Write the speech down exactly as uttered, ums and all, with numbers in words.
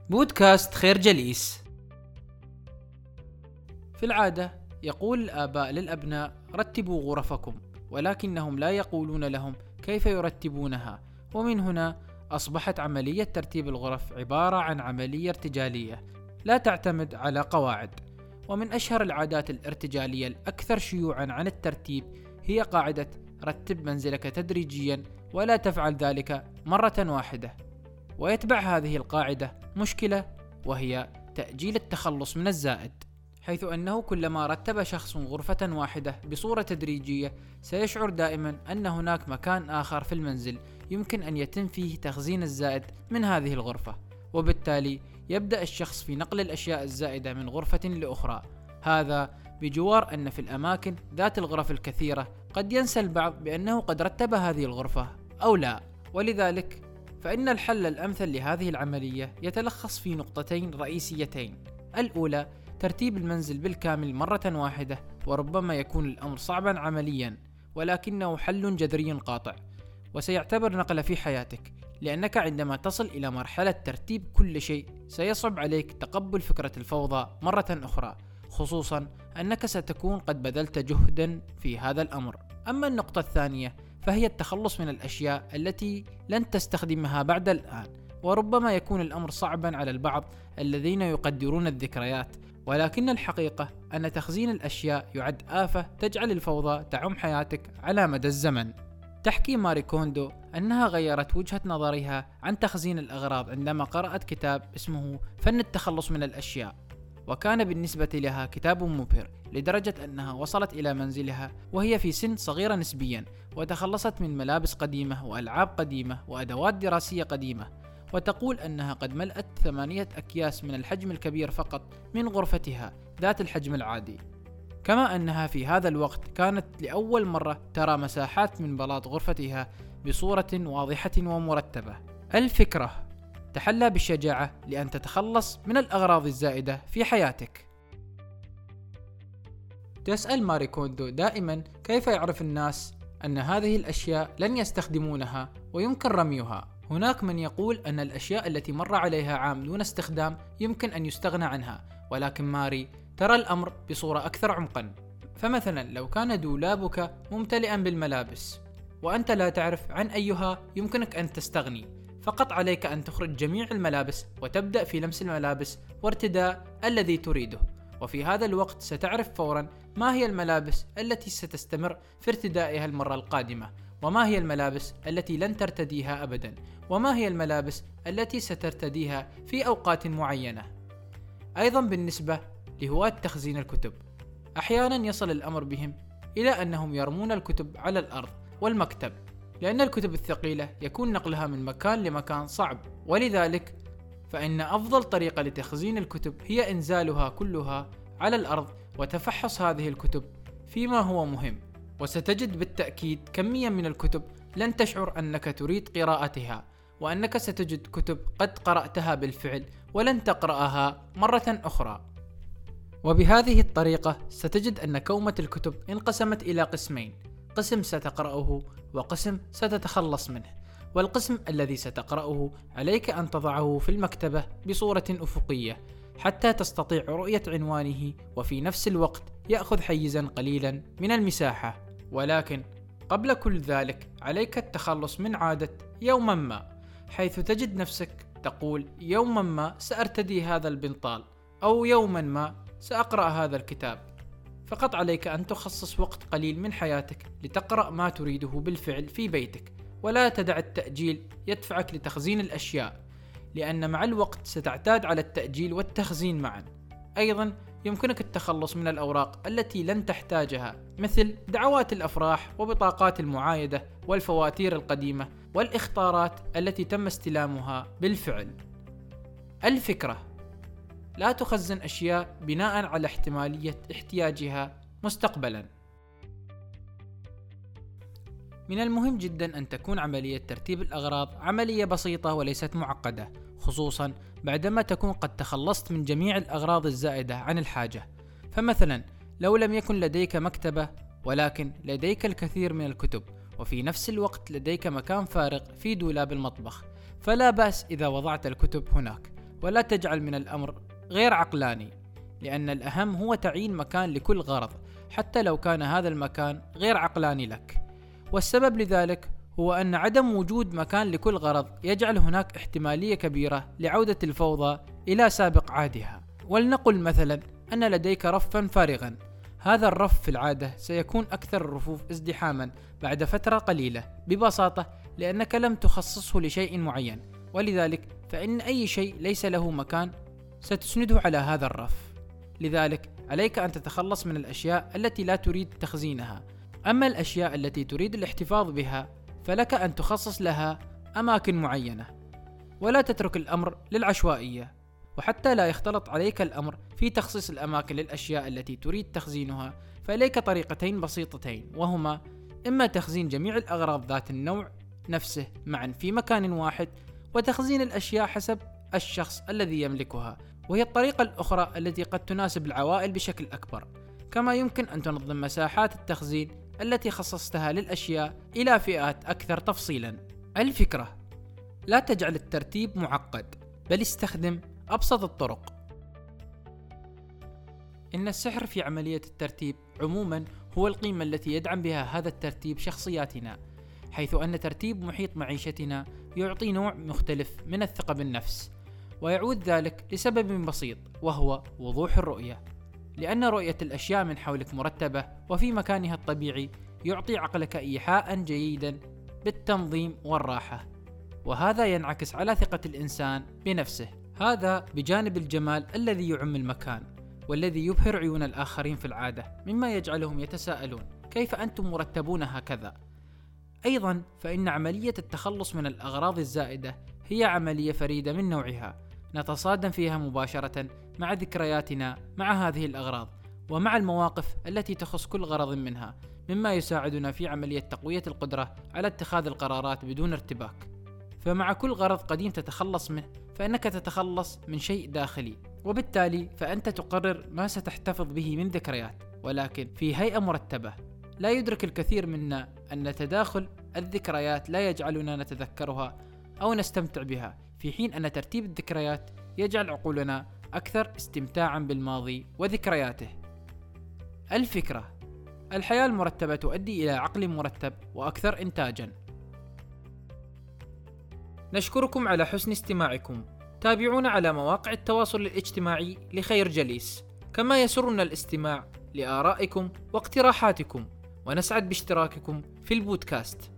بودكاست خير جليس. في العادة يقول الآباء للأبناء رتبوا غرفكم، ولكنهم لا يقولون لهم كيف يرتبونها، ومن هنا أصبحت عملية ترتيب الغرف عبارة عن عملية ارتجالية لا تعتمد على قواعد. ومن أشهر العادات الارتجالية الأكثر شيوعا عن الترتيب هي قاعدة رتب منزلك تدريجيا ولا تفعل ذلك مرة واحدة. ويتبع هذه القاعدة مشكلة، وهي تأجيل التخلص من الزائد، حيث أنه كلما رتب شخص غرفة واحدة بصورة تدريجية سيشعر دائما أن هناك مكان آخر في المنزل يمكن أن يتم فيه تخزين الزائد من هذه الغرفة، وبالتالي يبدأ الشخص في نقل الأشياء الزائدة من غرفة لأخرى، هذا بجوار أن في الأماكن ذات الغرف الكثيرة قد ينسى البعض بأنه قد رتب هذه الغرفة أو لا. ولذلك فإن الحل الأمثل لهذه العملية يتلخص في نقطتين رئيسيتين. الأولى ترتيب المنزل بالكامل مرة واحدة، وربما يكون الأمر صعبا عمليا، ولكنه حل جذري قاطع وسيعتبر نقلة في حياتك، لأنك عندما تصل إلى مرحلة ترتيب كل شيء سيصعب عليك تقبل فكرة الفوضى مرة أخرى، خصوصا أنك ستكون قد بذلت جهدا في هذا الأمر. أما النقطة الثانية فهي التخلص من الأشياء التي لن تستخدمها بعد الآن، وربما يكون الأمر صعبا على البعض الذين يقدرون الذكريات، ولكن الحقيقة أن تخزين الأشياء يعد آفة تجعل الفوضى تعم حياتك على مدى الزمن. تحكي ماري كوندو أنها غيرت وجهة نظرها عن تخزين الأغراض عندما قرأت كتاب اسمه فن التخلص من الأشياء، وكان بالنسبة لها كتاب مبهر لدرجة أنها وصلت إلى منزلها وهي في سن صغيرة نسبيا، وتخلصت من ملابس قديمة وألعاب قديمة وأدوات دراسية قديمة، وتقول أنها قد ملأت ثمانية أكياس من الحجم الكبير فقط من غرفتها ذات الحجم العادي، كما أنها في هذا الوقت كانت لأول مرة ترى مساحات من بلاط غرفتها بصورة واضحة ومرتبة. الفكرة تحلى بالشجاعة لأن تتخلص من الأغراض الزائدة في حياتك. تسأل ماري كوندو دائما كيف يعرف الناس أن هذه الأشياء لن يستخدمونها ويمكن رميها. هناك من يقول أن الأشياء التي مر عليها عام دون استخدام يمكن أن يستغنى عنها، ولكن ماري ترى الأمر بصورة أكثر عمقا. فمثلا لو كان دولابك ممتلئا بالملابس وأنت لا تعرف عن أيها يمكنك أن تستغني، فقط عليك أن تخرج جميع الملابس وتبدأ في لمس الملابس وارتداء الذي تريده، وفي هذا الوقت ستعرف فورا ما هي الملابس التي ستستمر في ارتدائها المرة القادمة، وما هي الملابس التي لن ترتديها أبدا، وما هي الملابس التي سترتديها في أوقات معينة. أيضا بالنسبة لهواة تخزين الكتب، أحيانا يصل الأمر بهم إلى أنهم يرمون الكتب على الأرض والمكتب، لأن الكتب الثقيلة يكون نقلها من مكان لمكان صعب، ولذلك فإن أفضل طريقة لتخزين الكتب هي إنزالها كلها على الأرض وتفحص هذه الكتب فيما هو مهم، وستجد بالتأكيد كمية من الكتب لن تشعر أنك تريد قراءتها، وأنك ستجد كتب قد قرأتها بالفعل ولن تقرأها مرة أخرى. وبهذه الطريقة ستجد أن كومة الكتب انقسمت إلى قسمين، قسم ستقرأه وقسم ستتخلص منه، والقسم الذي ستقرأه عليك أن تضعه في المكتبة بصورة أفقية حتى تستطيع رؤية عنوانه، وفي نفس الوقت يأخذ حيزا قليلا من المساحة. ولكن قبل كل ذلك عليك التخلص من عادة يوما ما، حيث تجد نفسك تقول يوما ما سأرتدي هذا البنطال، أو يوما ما سأقرأ هذا الكتاب. فقط عليك أن تخصص وقت قليل من حياتك لتقرأ ما تريده بالفعل في بيتك، ولا تدع التأجيل يدفعك لتخزين الأشياء، لأن مع الوقت ستعتاد على التأجيل والتخزين معا. أيضا يمكنك التخلص من الأوراق التي لن تحتاجها، مثل دعوات الأفراح وبطاقات المعايدة والفواتير القديمة والإخطارات التي تم استلامها بالفعل. الفكرة لا تخزن أشياء بناء على احتمالية احتياجها مستقبلا. من المهم جدا أن تكون عملية ترتيب الأغراض عملية بسيطة وليست معقدة، خصوصا بعدما تكون قد تخلصت من جميع الأغراض الزائدة عن الحاجة. فمثلا لو لم يكن لديك مكتبة ولكن لديك الكثير من الكتب، وفي نفس الوقت لديك مكان فارغ في دولاب المطبخ، فلا بأس إذا وضعت الكتب هناك، ولا تجعل من الأمر غير عقلاني، لأن الأهم هو تعيين مكان لكل غرض حتى لو كان هذا المكان غير عقلاني لك. والسبب لذلك هو أن عدم وجود مكان لكل غرض يجعل هناك احتمالية كبيرة لعودة الفوضى إلى سابق عهدها. ولنقل مثلا أن لديك رفا فارغا، هذا الرف في العادة سيكون أكثر الرفوف ازدحاما بعد فترة قليلة، ببساطة لأنك لم تخصصه لشيء معين، ولذلك فإن أي شيء ليس له مكان ستسنده على هذا الرف. لذلك عليك أن تتخلص من الأشياء التي لا تريد تخزينها. أما الأشياء التي تريد الاحتفاظ بها فلك أن تخصص لها أماكن معينة، ولا تترك الأمر للعشوائية. وحتى لا يختلط عليك الأمر في تخصيص الأماكن للأشياء التي تريد تخزينها، فإليك طريقتين بسيطتين، وهما إما تخزين جميع الأغراض ذات النوع نفسه معا في مكان واحد، وتخزين الأشياء حسب الشخص الذي يملكها، وهي الطريقة الأخرى التي قد تناسب العوائل بشكل أكبر. كما يمكن أن تنظم مساحات التخزين التي خصصتها للأشياء إلى فئات أكثر تفصيلا. الفكرة: لا تجعل الترتيب معقد، بل استخدم أبسط الطرق. إن السحر في عملية الترتيب عموما هو القيمة التي يدعم بها هذا الترتيب شخصياتنا، حيث أن ترتيب محيط معيشتنا يعطي نوع مختلف من الثقة بالنفس، ويعود ذلك لسبب بسيط وهو وضوح الرؤية. لأن رؤية الأشياء من حولك مرتبة وفي مكانها الطبيعي يعطي عقلك إيحاء جيدا بالتنظيم والراحة، وهذا ينعكس على ثقة الإنسان بنفسه. هذا بجانب الجمال الذي يعم المكان والذي يبهر عيون الآخرين في العادة، مما يجعلهم يتساءلون كيف أنتم مرتبون هكذا. أيضا فإن عملية التخلص من الأغراض الزائدة هي عملية فريدة من نوعها، نتصادم فيها مباشرة مع ذكرياتنا مع هذه الأغراض ومع المواقف التي تخص كل غرض منها، مما يساعدنا في عملية تقوية القدرة على اتخاذ القرارات بدون ارتباك. فمع كل غرض قديم تتخلص منه فإنك تتخلص من شيء داخلي، وبالتالي فأنت تقرر ما ستحتفظ به من ذكريات، ولكن في هيئة مرتبة. لا يدرك الكثير منا أن تداخل الذكريات لا يجعلنا نتذكرها أو نستمتع بها، في حين أن ترتيب الذكريات يجعل عقولنا أكثر استمتاعا بالماضي وذكرياته. الفكرة: الحياة المرتبة تؤدي إلى عقل مرتب وأكثر إنتاجا. نشكركم على حسن استماعكم. تابعونا على مواقع التواصل الاجتماعي لخير جليس، كما يسرنا الاستماع لآرائكم واقتراحاتكم، ونسعد باشتراككم في البودكاست.